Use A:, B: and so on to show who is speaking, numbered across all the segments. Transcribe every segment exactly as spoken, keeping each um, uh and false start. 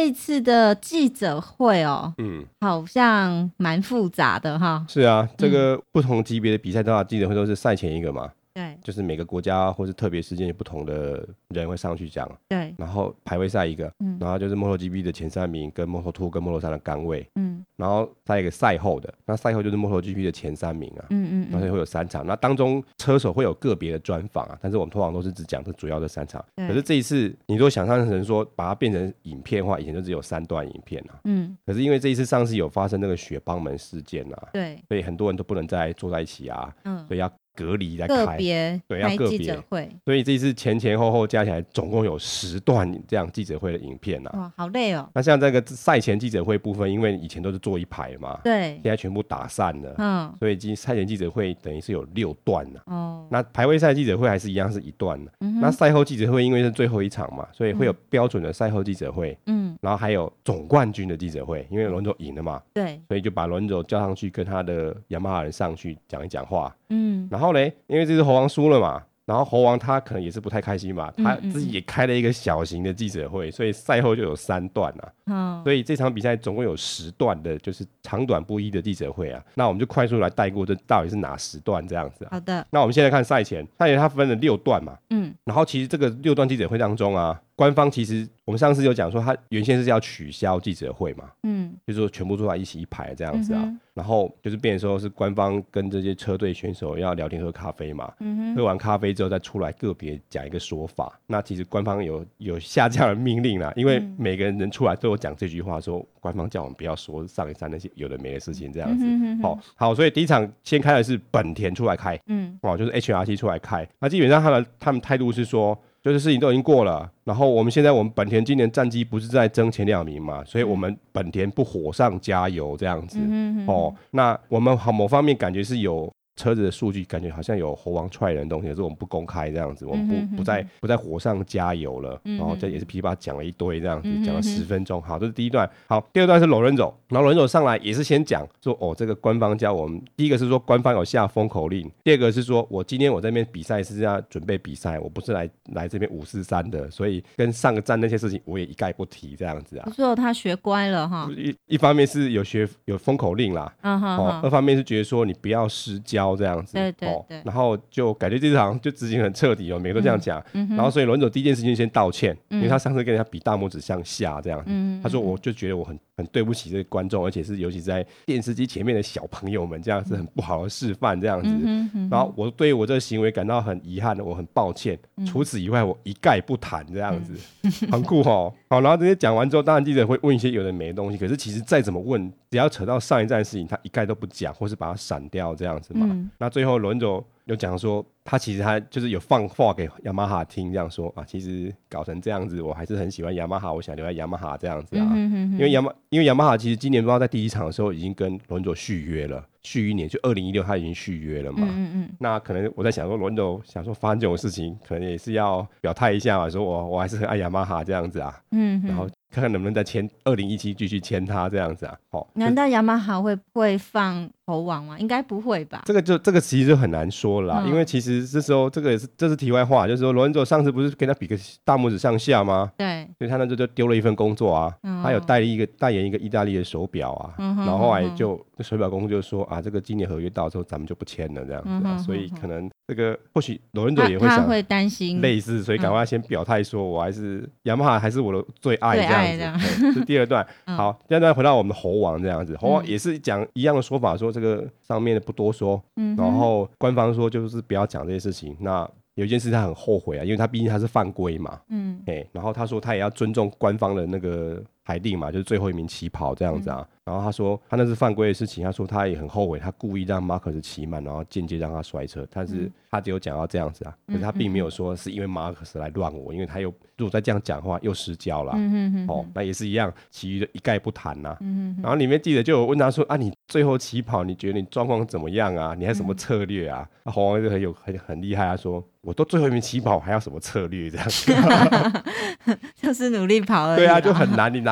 A: 这一次的记者会哦，嗯，好像蛮复杂的哈。
B: 是啊，这个不同级别的比赛都要记者会都是赛前一个嘛。
A: 对，
B: 就是每个国家或是特别事件有不同的人会上去讲，
A: 对，
B: 然后排位赛一个，嗯，然后就是 MotoGP 的前三名跟 Moto 二跟 Moto 三的杆位，嗯，然后再一个赛后的，那赛后就是 MotoGP 的前三名啊，嗯嗯，然后会有三场，那当中车手会有个别的专访啊，但是我们通常都是只讲这主要的三场，可是这一次你如果想象成说把它变成影片的话，以前就只有三段影片啊，嗯，可是因为这一次上次有发生那个雪邦门事件啊，
A: 对，
B: 所以很多人都不能再坐在一起啊，嗯，所以要隔离来开，
A: 个别
B: 对，要个别
A: 记者会，
B: 所以这一次前前后后加起来总共有十段这样记者会的影片啊，
A: 哇，好累哦。
B: 那像这个赛前记者会部分，因为以前都是坐一排嘛，
A: 对，
B: 现在全部打散了，嗯，所以赛前记者会等于是有六段啊，哦，那排位赛记者会还是一样是一段的，嗯，那赛后记者会因为是最后一场嘛，所以会有标准的赛后记者会，嗯，然后还有总冠军的记者会，因为罗恩佐赢了嘛，对，所以就把罗恩佐叫上去跟他的雅马哈人上去讲一讲话，嗯，然后呢，因为这次猴王输了嘛，然后猴王他可能也是不太开心吧，他自己也开了一个小型的记者会，所以赛后就有三段啊，嗯，所以这场比赛总共有十段的，就是长短不一的记者会啊。那我们就快速来带过这到底是哪十段这样子啊？
A: 好的。
B: 那我们现在看赛前，赛前它分了六段嘛，嗯，然后其实这个六段记者会当中啊，官方其实我们上次有讲说，他原先是要取消记者会嘛，嗯，就是说全部坐在一起一排这样子啊，嗯，然后就是变成说是官方跟这些车队选手要聊天喝咖啡嘛，嗯，喝完咖啡之后再出来个别讲一个说法。那其实官方有有下这样的命令啦，因为每个人出来都有讲这句话，说官方叫我们不要说上一站那些有的没的事情这样子。嗯，好，好，所以第一场先开的是本田出来开，嗯，哦，就是 H R T 出来开。那基本上他的他们态度是说，就是事情都已经过了，然后我们现在我们本田今年战绩不是在争前两名嘛，所以我们本田不火上加油这样子，嗯，哦，那我们好某方面感觉是有车子的数据，感觉好像有猴王踹人的东西，可是我们不公开这样子，我们不、嗯、不在不在火上加油了，嗯、然后这也是噼里啪啦讲了一堆这样子，讲、嗯、了十分钟。好，这是第一段。好，第二段是罗伦佐，然后罗伦佐上来也是先讲说，哦，这个官方叫我们，第一个是说官方有下封口令，第二个是说我今天我在那边比赛是要准备比赛，我不是来来这边五四三的，所以跟上个站那些事情我也一概不提这样子啊。
A: 不是他学乖了哈，
B: 一一方面是有学有封口令啦，嗯哼哼哦，二方面是觉得说你不要失焦。这样子，
A: 对对对、哦，
B: 然后就感觉这场就执行很彻底哦，每个都这样讲、嗯嗯，然后所以轮走第一件事情先道歉、嗯，因为他上次跟人家比大拇指向下这样子，嗯、他说我就觉得我很很对不起这个观众，而且是尤其是在电视机前面的小朋友们，这样是很不好的示范这样子、嗯嗯，然后我对我这个行为感到很遗憾，我很抱歉、嗯，除此以外我一概不谈这样子，嗯、很酷哦。好，然后这些讲完之后，当然记者会问一些有的没的东西，可是其实再怎么问，只要扯到上一站的事情，他一概都不讲，或是把它闪掉这样子嘛。嗯、那最后轮走有讲说，他其实他就是有放话给雅马哈听，这样说啊，其实搞成这样子，我还是很喜欢雅马哈，我想留在雅马哈这样子啊。嗯、哼哼因为雅马因为雅马哈其实今年不知道在第一场的时候已经跟轮走续约了。续一年，就二零一六他已经续约了嘛，嗯嗯那可能我在想说，罗恩佐想说发生这种事情，可能也是要表态一下嘛，说我我还是很爱雅马哈这样子啊，嗯，然后看看能不能再签二零一七继续签他这样子啊，哦，
A: 难道雅马哈会不会放猴王吗？应该不会吧？
B: 这个就这个其实就很难说了啦、嗯，因为其实这时候这个也是这是题外话，就是说罗恩佐上次不是跟他比个大拇指上下吗？
A: 对，
B: 所以他那就就丢了一份工作啊，嗯、他有代理一个代言一个意大利的手表啊，嗯、然后后来就手表公司就说啊，这个今年合约到之后咱们就不签了这样子、啊嗯、所以可能这个或许罗恩佐也会想
A: 他会担心
B: 类似，所以赶快先表态说我还是雅马哈还是我的最爱这样子。这是第二段、嗯、好，第二段回到我们的猴王这样子，猴王也是讲一样的说法，说这个上面的不多说、嗯、然后官方说就是不要讲这些事情，那有一件事他很后悔啊，因为他毕竟他是犯规嘛，嗯，欸、然后他说他也要尊重官方的那个裁定嘛，就是最后一名起跑这样子啊、嗯、然后他说他那是犯规的事情，他说他也很后悔，他故意让马克斯骑慢，然后间接让他摔车，但是他只有讲到这样子啊，可是他并没有说是因为马克斯来乱我，因为他又如果再这样讲的话又失焦了、嗯、哦，那也是一样，其余的一概不谈啊、嗯、然后里面记者就有问他说啊，你最后起跑你觉得你状况怎么样啊，你还有什么策略啊，那猴王就很有很很厉害，他说我都最后一名起跑还要什么策略这样子
A: 就是努力跑而已，
B: 对啊，就很难，你哪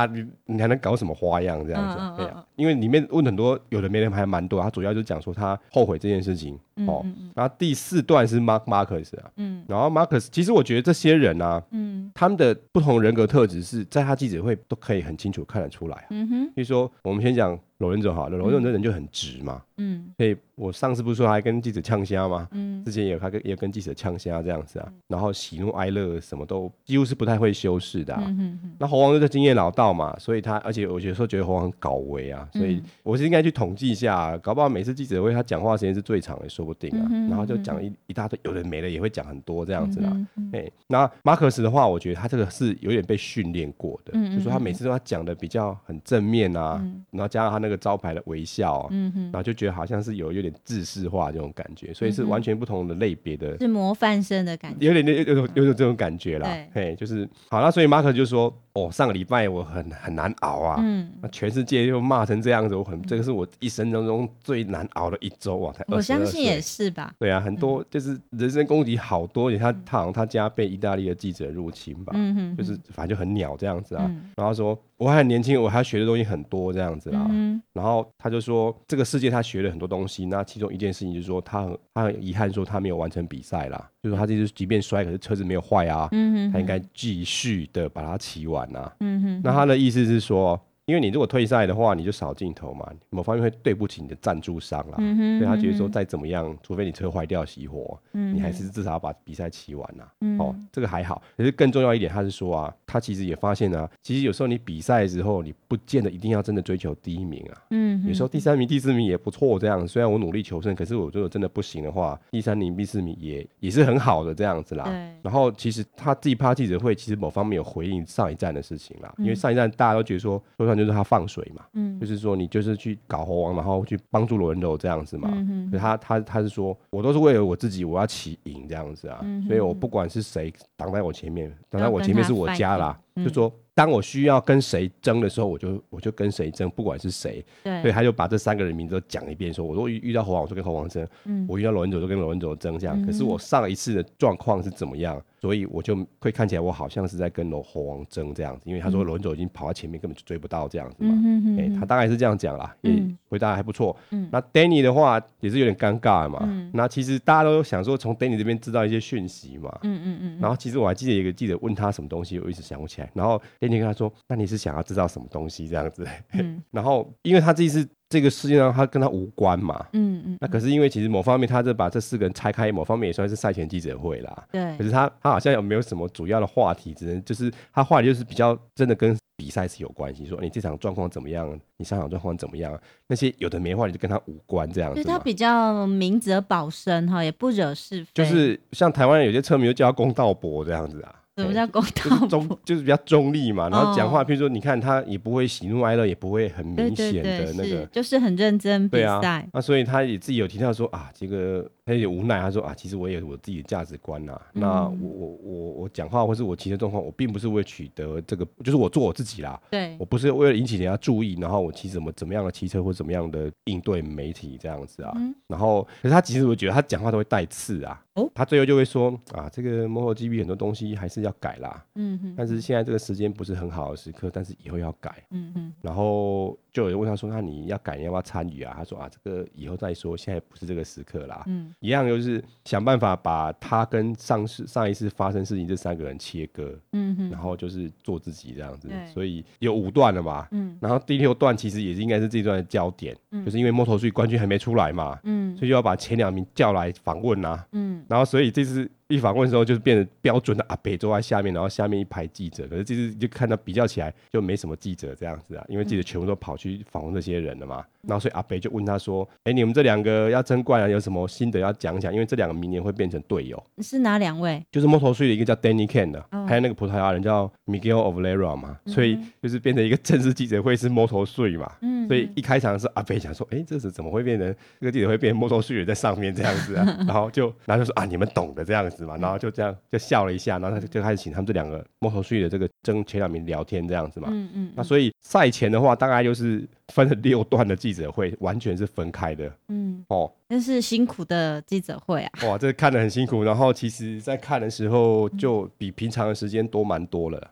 B: 啊，你你还能搞什么花样这样子？嗯嗯嗯嗯，因为里面问很多有的没的还蛮多，他主要就讲说他后悔这件事情。嗯哦，嗯嗯，然后第四段是 Mark Marcus 啊，嗯，然后 Marcus 其实我觉得这些人啊，嗯，他们的不同人格特质是在他记者会都可以很清楚看得出来啊。嗯哼，比如说我们先讲罗伦佐好了，罗伦佐这人就很直嘛，嗯，所以我上次不是说他还跟记者呛虾吗？嗯，之前也有他跟也跟记者呛虾这样子啊，嗯，然后喜怒哀乐什么都几乎是不太会修饰的啊。嗯哼哼，那猴王就是经验老道嘛，所以他而且我有时候觉得猴王很搞维啊，所以我是应该去统计一下，啊，搞不好每次记者会他讲话时间是最长的，说不定啊。嗯、然后就讲一一大堆，有的没的也会讲很多这样子啦。哎、嗯欸，那马克思的话，我觉得他这个是有点被训练过的，嗯、就是说他每次都要讲的比较很正面啊，嗯、然后加上他那个招牌的微笑啊，嗯、然后就觉得好像是有有点制式化这种感觉，所以是完全不同的类别的，
A: 是模范生的感觉，
B: 有点有有有有这种感觉啦。嘿，就是好，那所以马克就说。哦，上个礼拜我很很难熬啊，嗯，全世界又骂成这样子，我很、嗯、这个是我一生当中最难熬的一周啊，才二十二岁。我
A: 相信也是吧。
B: 对啊，很多、嗯、就是人身攻击好多，而且他他好像他家被意大利的记者入侵吧，嗯哼哼，就是反正就很鸟这样子啊。嗯、然后说我还很年轻，我还学的东西很多这样子啦。嗯、然后他就说这个世界他学了很多东西，那其中一件事情就是说他很他很遗憾说他没有完成比赛啦，就是说他这次即便摔，可是车子没有坏啊，嗯、哼哼他应该继续的把它骑完啊。嗯哼，那他的意思是说，因为你如果退赛的话，你就少镜头嘛，某方面会对不起你的赞助商啦。嗯哼，所以他觉得说，再怎么样，除非你车坏掉熄火，嗯，你还是至少要把比赛骑完啊。嗯，哦，这个还好。可是更重要一点，他是说啊，他其实也发现啊，其实有时候你比赛的时候，你不见得一定要真的追求第一名啊。嗯，有时候第三名、第四名也不错。这样，虽然我努力求胜，可是我如果真的不行的话，第三名、第四名也也是很好的这样子啦。对。然后其实他自己趴记者会，其实某方面有回应上一站的事情啦，嗯、因为上一站大家都觉得说，说穿就是他放水嘛，嗯，就是说你就是去搞猴王，然后去帮助罗恩柔这样子嘛，嗯、可是他他他是说我都是为了我自己，我要起赢这样子啊，嗯、所以我不管是谁挡在我前面，挡在我前面是我家啦，嗯、就说。当我需要跟谁争的时候，我就我就跟谁争，不管是谁。对，所以他就把这三个人名字都讲一遍，说我如果遇到猴王，我就跟猴王争；嗯、我遇到罗恩佐就跟罗恩佐争，这样。嗯、可是我上一次的状况是怎么样？所以我就会看起来我好像是在跟猴王争这样子，因为他说罗恩佐已经跑到前面，根本就追不到这样子嘛。嗯欸、他大概是这样讲啦，也回答还不错。嗯、那 Danny 的话也是有点尴尬嘛。嗯、那其实大家都想说从 Danny 这边知道一些讯息嘛。嗯嗯嗯。然后其实我还记得有一个记者问他什么东西，我一直想不起来。然后 Danny 跟他说：“那你是想要知道什么东西？”这样子。嗯、然后因为他这次这个事件上他跟他无关嘛。嗯嗯。那可是因为其实某方面他就把这四个人拆开，某方面也算是赛前记者会啦。对。可是他他好像有没有什么主要的话题，只能就是他话题就是比较真的跟比赛是有关系，说你这场状况怎么样，你上场状况怎么样，那些有的没话题就跟他无关这样子。
A: 就是他比较明哲保身哈，也不惹是非。
B: 就是像台湾有些车迷就叫他公道伯这样子啊。
A: 什么叫公道伯？
B: 就是就是比较中立嘛，然后讲话，哦、譬如说，你看他也不会喜怒哀乐，也不会很明显的那个，对对对
A: 就是很认真比赛。对啊，
B: 那所以他也自己有提到说啊，这个他有点无奈，他说啊，其实我也有我自己的价值观呐、啊。嗯、那我我我我讲话或是我骑车状况，我并不是为取得这个，就是我做我自己啦。对，我不是为了引起人家注意，然后我骑怎么怎么样的骑车或怎么样的应对媒体这样子啊。嗯、然后，可是他其实我觉得他讲话都会带刺啊。哦，他最后就会说啊，这个 MotoGP 很多东西还是要改啦。嗯哼，但是现在这个时间不是很好的时刻，但是以后要改。嗯哼，然后就有人问他说：“那你要改，你要不要参与啊？”他说：“啊，这个以后再说，现在不是这个时刻啦。”嗯，一样就是想办法把他跟上次上一次发生事情这三个人切割。嗯哼，然后就是做自己这样子。所以有五段了嘛。嗯，然后第六段其实也是应该是这一段的焦点，嗯、就是因为 MotoGP 冠军还没出来嘛。嗯，所以就要把前两名叫来访问啊。嗯。然后，所以这次一访问的时候，就是变成标准的阿北坐在下面，然后下面一排记者。可是这次就看到比较起来，就没什么记者这样子啊，因为记者全部都跑去访问这些人了嘛。嗯、然后，所以阿北就问他说：“哎，你们这两个要争冠啊，有什么心得要讲讲？因为这两个明年会变成队友。”
A: 是哪两位？
B: 就是 MotoGP 的一个叫 Danny Kane 的，哦、还有那个葡萄牙人叫 Miguel Oliveira 嘛。嗯、所以就是变成一个正式记者会是 MotoGP 嘛。嗯、所以一开场是阿北讲说：“哎，这是怎么会变成这个记者会变成 MotoGP 在上面这样子啊？”然后就然后就说：“啊，你们懂的这样子嘛。”然后就这样就笑了一下，然后他就开始请他们这两个MotoGP的这个争前两名聊天这样子嘛。嗯嗯。那所以赛前的话，大概就是分了六段的记者会，完全是分开的。嗯。哦，
A: 那是辛苦的记者会啊。
B: 哇，这看得很辛苦。然后其实在看的时候，就比平常的时间多蛮多了。
A: 那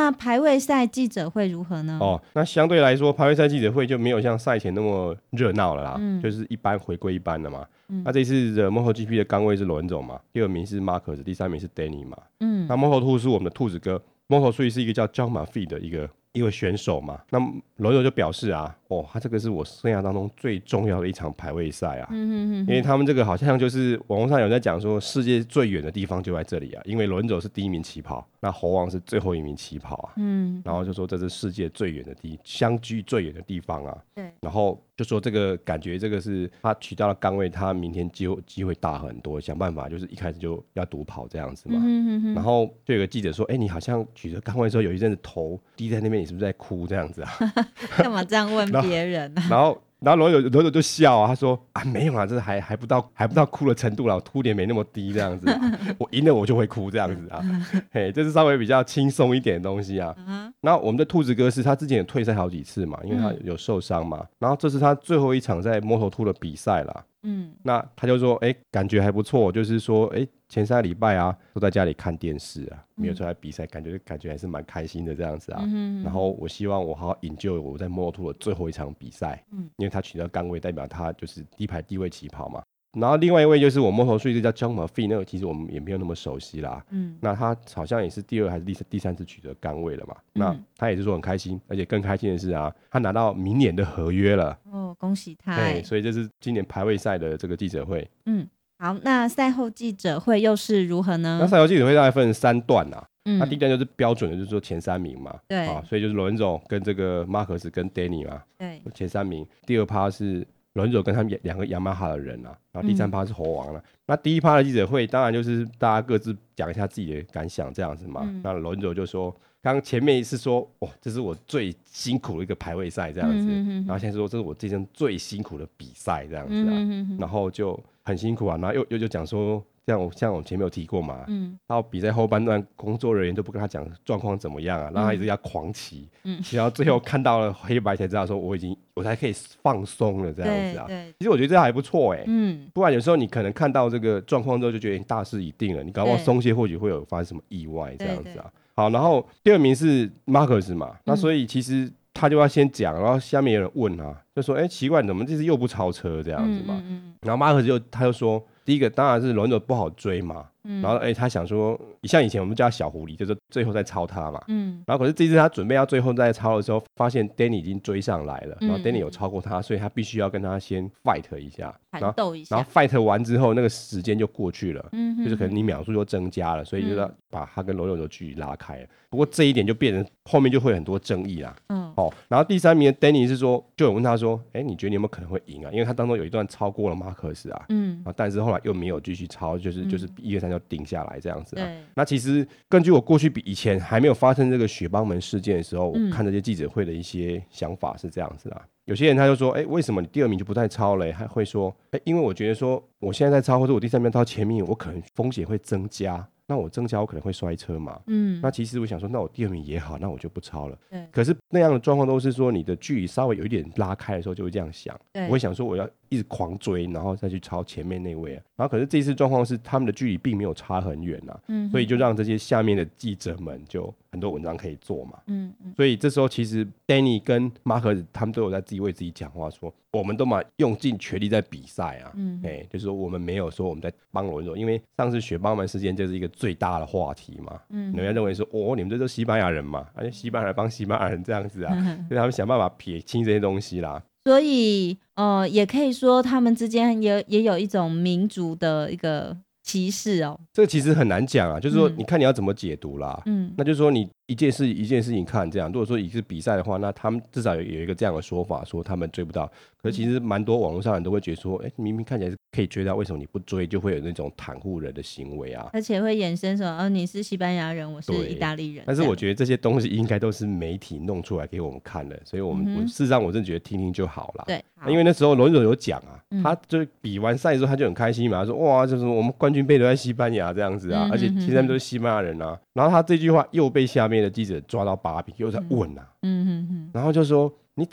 A: 那排位赛记者会如何呢？
B: 哦，那相对来说，排位赛记者会就没有像赛前那么热闹了啦，嗯、就是一般回归一般的嘛。嗯、那这次的 MotoGP 的杆位是罗恩总嘛，第二名是马可斯，第三名是 Danny 嘛。嗯，那 Moto 二是我们的兔子哥 ，Moto 三是一个叫 John Murphy 的一个一位选手嘛。那罗恩总就表示啊，哦，他这个是我生涯当中最重要的一场排位赛啊，嗯哼哼哼，因为他们这个好像就是网络上有人在讲说，世界最远的地方就在这里啊，因为罗恩总是第一名起跑，那猴王是最后一名起跑啊，嗯，然后就说这是世界最远的地，相距最远的地方啊，对，然后就说这个感觉这个是他取到了杆位，他明天机会机会大很多，想办法就是一开始就要独跑这样子嘛，嗯哼哼，然后就有个记者说，哎、欸，你好像取得杆位之后有一阵子头低在那边，你是不是在哭这样子啊？
A: 干嘛这样问别人啊？
B: 然后然后罗友罗友就笑啊，他说啊没有啊，这还还不到还不到哭的程度啦，我哭点没那么低这样子、啊，我赢了我就会哭这样子啊，嘿，这是稍微比较轻松一点的东西啊。Uh-huh. 然后我们的兔子哥是他之前也退赛好几次嘛，因为他有受伤嘛，嗯、然后这是他最后一场在Moto 二的比赛啦。嗯，那他就说，哎、欸，感觉还不错，就是说，哎、欸，前三个礼拜啊，都在家里看电视啊，没有出来比赛，感觉感觉还是蛮开心的这样子啊。嗯、然后我希望我好好营救我在Moto 二的最后一场比赛，嗯，因为他取得杆位，代表他就是第一排第一位起跑嘛。然后另外一位就是我Moto 三叫 John Murphy， 那个其实我们也没有那么熟悉啦。嗯，那他好像也是第二还是第三第三次取得杆位了嘛。嗯、那他也是说很开心，而且更开心的是啊，他拿到明年的合约了。
A: 哦，恭喜他！
B: 对，所以这是今年排位赛的这个记者会。
A: 嗯，好，那赛后记者会又是如何呢？
B: 那赛后记者会大概分三段啊。嗯，那第一段就是标准的，就是说前三名嘛。
A: 对
B: 啊，所以就是罗恩总跟这个马可斯跟 Danny 嘛。对，前三名。第二趴是罗恩总跟他们两个雅马哈的人啊，然后第三趴是猴王了、啊嗯。那第一趴的记者会当然就是大家各自讲一下自己的感想这样子嘛。嗯、那罗恩总就说，刚刚前面是说，哇，这是我最辛苦的一个排位赛这样子，嗯、哼哼然后现在说这是我这生最辛苦的比赛这样子啊，嗯、哼哼然后就很辛苦啊，然后又又就讲说。像我像我前面有提过嘛，嗯，到比赛后半段，工作人员都不跟他讲状况怎么样啊，让他一直要狂骑，嗯，然后最后看到了黑白才知道说我已经我才可以放松了这样子啊。对，其实我觉得这还不错哎、欸，嗯，不然有时候你可能看到这个状况之后就觉得大势已定了，你搞不好松懈或许会有发生什么意外这样子啊。好，然后第二名是马可斯嘛，那所以其实他就要先讲，然后下面有人问啊，就说哎、欸、奇怪，怎么这次又不超车这样子嘛？嗯嗯嗯然后马可斯就他就说。第一个当然是轮流不好追嘛，嗯、然后哎、欸，他想说，像以前我们叫他小狐狸，就是最后再超他嘛，嗯，然后可是这次他准备要最后再超的时候，发现 Danny 已经追上来了，嗯、然后 Danny 有超过他，所以他必须要跟他先 fight 一下，
A: 缠斗一下，
B: 然后 fight 完之后，那个时间就过去了，嗯、就是可能你秒数就增加了，所以就要把他跟轮流的距离拉开了。不过这一点就变成后面就会很多争议啦，嗯，哦，然后第三名的 Danny 是说，就有问他说，哎、欸，你觉得你有没有可能会赢啊？因为他当中有一段超过了马可斯啊，嗯，但是后来又没有继续超，就是就是一二三就定下来这样子啊。那其实根据我过去比以前还没有发生这个雪邦门事件的时候，嗯、我看这些记者会的一些想法是这样子啊。有些人他就说，哎、欸，为什么你第二名就不再超了？还会说，哎、欸，因为我觉得说我现在在超，或者我第三名超前面，我可能风险会增加。那我增加我可能会摔车嘛，嗯，那其实我想说，那我第二名也好，那我就不超了。对，可是那样的状况都是说，你的距离稍微有一点拉开的时候，就会这样想。对，我会想说我要一直狂追，然后再去超前面那位啊。然后可是这一次状况是他们的距离并没有差很远啊，嗯，所以就让这些下面的记者们就很多文章可以做嘛，嗯嗯。所以这时候其实 Danny 跟马可斯他们都有在自己为自己讲话说，我们都嘛用尽全力在比赛啊，嗯，哎、欸，就是说我们没有说我们在帮罗恩总，因为上次雪邦门事件就是一个最大的话题嘛，嗯，人家认为说，哦，你们这都是西班牙人嘛，而且西班牙人帮西班牙人这样子啊，嗯、所以他们想办法撇清这些东西啦。
A: 所以，呃，也可以说他们之间也也有一种民族的一个歧视哦。
B: 这个其实很难讲啊，就是说，你看你要怎么解读啦，嗯，那就是说你一件事一件事情看这样，如果说你是比赛的话，那他们至少有有一个这样的说法，说他们追不到。可是其实蛮多网络上人都会觉得说，哎、欸，明明看起来是可以追到，为什么你不追？就会有那种袒护人的行为啊，
A: 而且会衍生说，哦，你是西班牙人，我是意大利人。
B: 但是我觉得这些东西应该都是媒体弄出来给我们看的，所以我们、嗯、我事实上我真的觉得听听就好啦。
A: 对，
B: 因为那时候罗恩总有讲啊、嗯，他就比完赛的时候他就很开心嘛，他说哇，就是我们冠军杯都在西班牙这样子啊，嗯、而且其实他们都是西班牙人啊。然后他这句话又被下面的记者抓到把柄，又在问啊，嗯哼哼，然后就说你怎么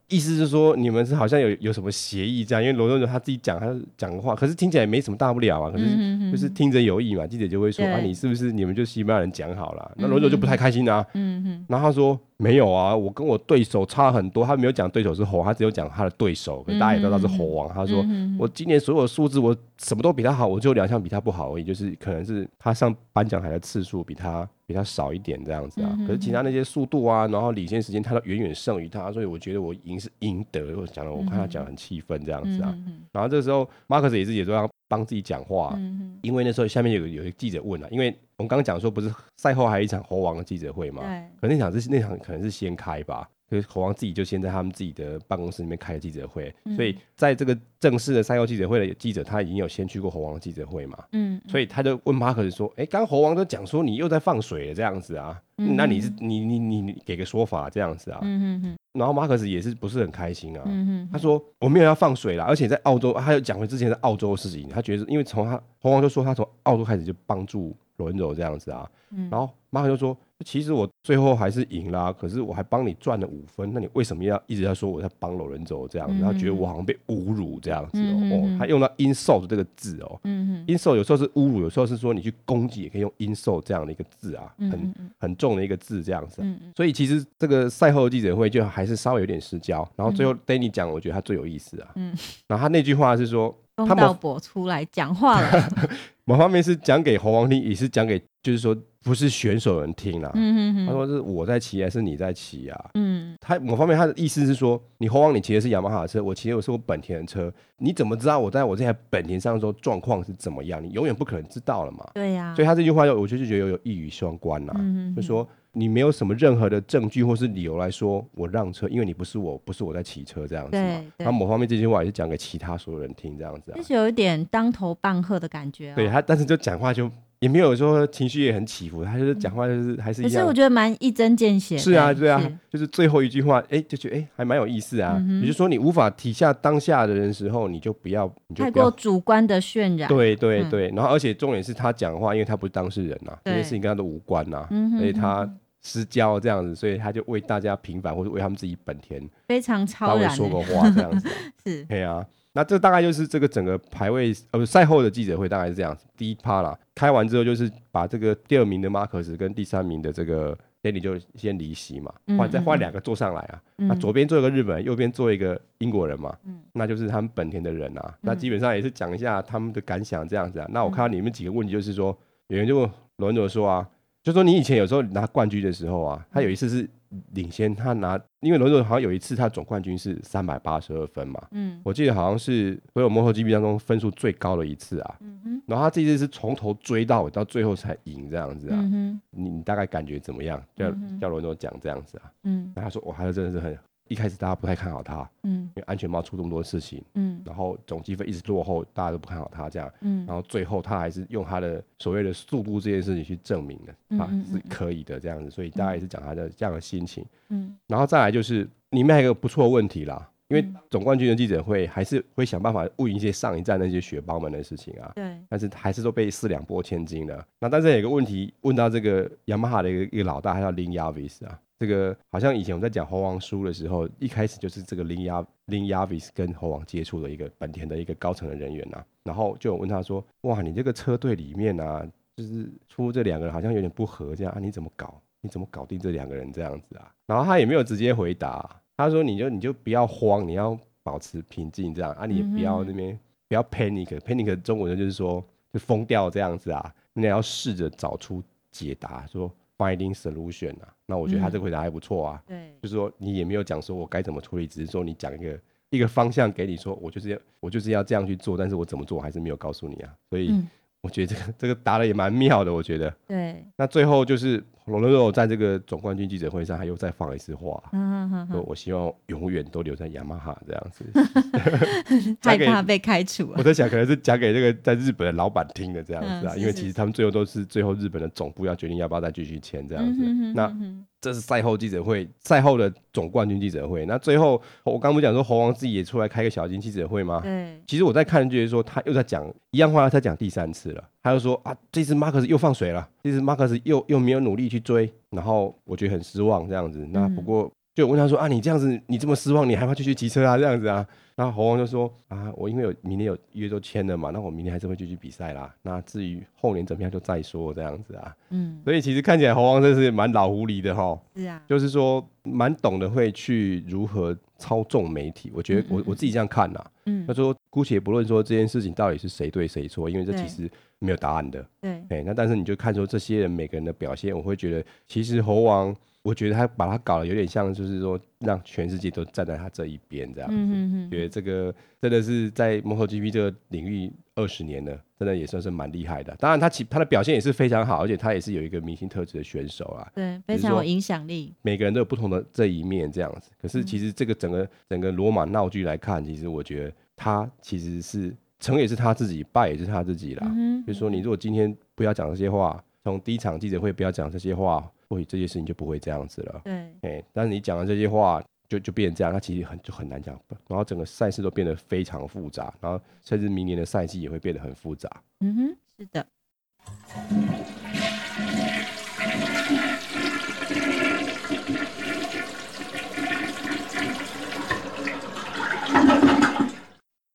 B: 意思是说你们是好像有有什么协议这样，因为罗伦佐他自己讲他讲的话，可是听起来也没什么大不了啊，可是就是听着有意嘛，记者就会说啊，你是不是你们就西班牙人讲好了？那罗伦佐就不太开心啊，嗯嗯，然后他说没有啊，我跟我对手差很多，他没有讲对手是猴王，他只有讲他的对手，可是大家也知道他是猴王，他说我今年所有的数字我什么都比他好，我就两项比他不好而已，就是可能是他上颁奖台的次数比他比他少一点这样子啊，可是其他那些速度啊，然后领先时间他都远远胜于他，所以我觉得我赢是赢得。我讲了，我看他讲很气愤这样子啊，然后这个时候马克思也是也都要帮自己讲话、啊，因为那时候下面有有一个记者问啊，因为我们刚刚讲说不是赛后还有一场猴王的记者会嘛，可能那场是那场可能是先开吧。就是猴王自己就先在他们自己的办公室里面开了记者会、嗯、所以在这个正式的赛后记者会的记者他已经有先去过猴王的记者会嘛，嗯，所以他就问马克思说，哎，刚猴王都讲说你又在放水了这样子啊，嗯、那你是你你你你给个说法这样子啊，嗯哼，然后马克思也是不是很开心啊，嗯、他说我没有要放水啦，而且在澳洲他又讲回之前在澳洲的事情，他觉得因为从他猴王就说他从澳洲开始就帮助罗恩柔这样子啊、嗯、然后马克思就说其实我最后还是赢啦，可是我还帮你赚了五分，那你为什么要一直在说我在帮罗伦佐这样子、嗯、他觉得我好像被侮辱这样子 哦, 哦，他用到 insult 这个字哦、嗯、insult 有时候是侮辱，有时候是说你去攻击也可以用 insult 这样的一个字啊，很很重的一个字这样子、啊嗯、所以其实这个赛后的记者会就还是稍微有点失焦，然后最后 Danny 讲我觉得他最有意思啊、嗯、然后他那句话是说
A: 公道伯出来讲话了
B: 某方面是讲给猴王听，也是讲给就是说不是选手人听啦、嗯、哼哼他说是我在骑还是你在骑啊、嗯、他某方面他的意思是说你猴王你骑的是雅马哈的车，我骑的是我本田的车，你怎么知道我在我这台本田上的时候状况是怎么样，你永远不可能知道了嘛，
A: 对呀、啊，
B: 所以他这句话我就觉得有一语双关啦、嗯、就说你没有什么任何的证据或是理由来说我让车，因为你不是我不是我在骑车这样子嘛，然后某方面这句话也是讲给其他所有人听这样子、啊、
A: 就是有一点当头棒喝的感觉、哦、
B: 对他，但是就讲话就也没有说情绪也很起伏，他就是讲话就是还是一样，
A: 可是我觉得蛮一针见血的，
B: 是啊对啊，就是最后一句话哎就觉得哎还蛮有意思啊、嗯、也就是说你无法体下当下的人的时候你就不要你就不要
A: 太过主观的渲染，
B: 对对对、嗯、然后而且重点是他讲话因为他不是当事人啊，这件事情跟他都无关啊、嗯、而且他失焦这样子，所以他就为大家平反或者为他们自己本田
A: 非常超然、欸、
B: 稍微说个话这样子、啊、
A: 是
B: 对啊，那这大概就是这个整个排位呃赛后的记者会大概是这样子，第一趴啦开完之后就是把这个第二名的马克思跟第三名的这个 Danny 就先离席嘛，换再换两个坐上来啊、嗯、那左边坐一个日本人，右边坐一个英国人嘛、嗯、那就是他们本田的人啊、嗯、那基本上也是讲一下他们的感想这样子啊。那我看到你们几个问题就是说有人就问罗恩佐说啊，就说你以前有时候拿冠军的时候啊，他有一次是领先，他拿因为罗恩佐好像有一次他总冠军是三百八十二分嘛，嗯，我记得好像是所有摩托 G P 当中分数最高的一次啊，嗯哼，然后他这次是从头追到尾到最后才赢这样子啊，嗯哼，你你大概感觉怎么样？叫、嗯、叫罗恩佐讲这样子啊，嗯，那他说哇，他真的是很一开始大家不太看好他，嗯，因为安全帽出这么多事情，嗯，然后总积分一直落后，大家都不看好他这样，嗯，然后最后他还是用他的所谓的速度这件事情去证明了他是可以的这样子，所以大家也是讲他的这样的心情，嗯，然后再来就是里面还有一个不错的问题啦。因为总冠军的记者会还是会想办法问一些上一站那些雪邦们的事情啊，对，但是还是都被四两拨千斤了。那但是有一个问题问到这个雅马哈的一个一个老大，他叫林亚维斯啊，这个好像以前我们在讲猴王输的时候，一开始就是这个林亚林亚维斯跟猴王接触的一个本田的一个高层的人员啊，然后就有问他说，哇，你这个车队里面啊，就是出这两个人好像有点不合这样啊，你怎么搞？你怎么搞定这两个人这样子啊？然后他也没有直接回答、啊。他说：“你就你就不要慌，你要保持平静，这样啊，你也不要那边、嗯、不要 panic，panic 中文就是说就疯掉这样子啊，你也要试着找出解答，说 finding solution 啊。那我觉得他这个回答还不错啊，对、嗯，就是说你也没有讲说我该怎么处理，只是说你讲一个一个方向给你说，我就是要我就是要这样去做，但是我怎么做我还是没有告诉你啊，所以。嗯”我觉得这个这个答的也蛮妙的，我觉得。对。那最后就是罗伦佐在这个总冠军记者会上，他又再放了一次话，嗯嗯嗯，我希望永远都留在雅马哈这样子。
A: 害怕被开除、啊。
B: 我在想，可能是讲给这个在日本的老板听的这样子啊，嗯、因为其实他们最后都是最后日本的总部要决定要不要再继续签这样子。嗯、那这是赛后记者会，赛后的总冠军记者会。那最后我刚不讲说猴王自己也出来开个小型记者会吗？对。其实我在看就是说他又在讲一样话，他在讲第三次了。他就说啊，这次马克思又放水了，这次马克思又又没有努力去追，然后我觉得很失望这样子。那不过就问他说啊，你这样子，你这么失望，你还要继续骑车啊？这样子啊？然后侯王就说啊，我因为有明年有约都签了嘛，那我明年还是会继续比赛啦。那至于后年怎么样就再说这样子啊。嗯，所以其实看起来侯王真是蛮老狐狸的哈。
A: 是啊，
B: 就是说蛮懂得会去如何操纵媒体。我觉得我、嗯、我自己这样看啦。嗯，他说姑且不论说这件事情到底是谁对谁错，因为这其实没有答案的。
A: 对，
B: 欸、那但是你就看说这些人每个人的表现，我会觉得其实侯王。我觉得他把他搞得有点像，就是说让全世界都站在他这一边这样子。嗯哼哼，觉得这个真的是在 MotoGP 这个领域二十年了，真的也算是蛮厉害的。当然他其他的表现也是非常好，而且他也是有一个明星特质的选手啊。
A: 对，非常有影响力。
B: 每个人都有不同的这一面这样子。可是其实这个整个、嗯、整个罗马闹剧来看，其实我觉得他其实是成也是他自己，败也是他自己啦。嗯、就是说你如果今天不要讲这些话，从第一场记者会不要讲这些话。或许这些事情就不会这样子了。
A: 对，
B: 欸、但是你讲的这些话就就变成这样，它其实很就很难讲。然后整个赛事都变得非常复杂，然后甚至明年的赛季也会变得很复杂。
A: 嗯哼，是的。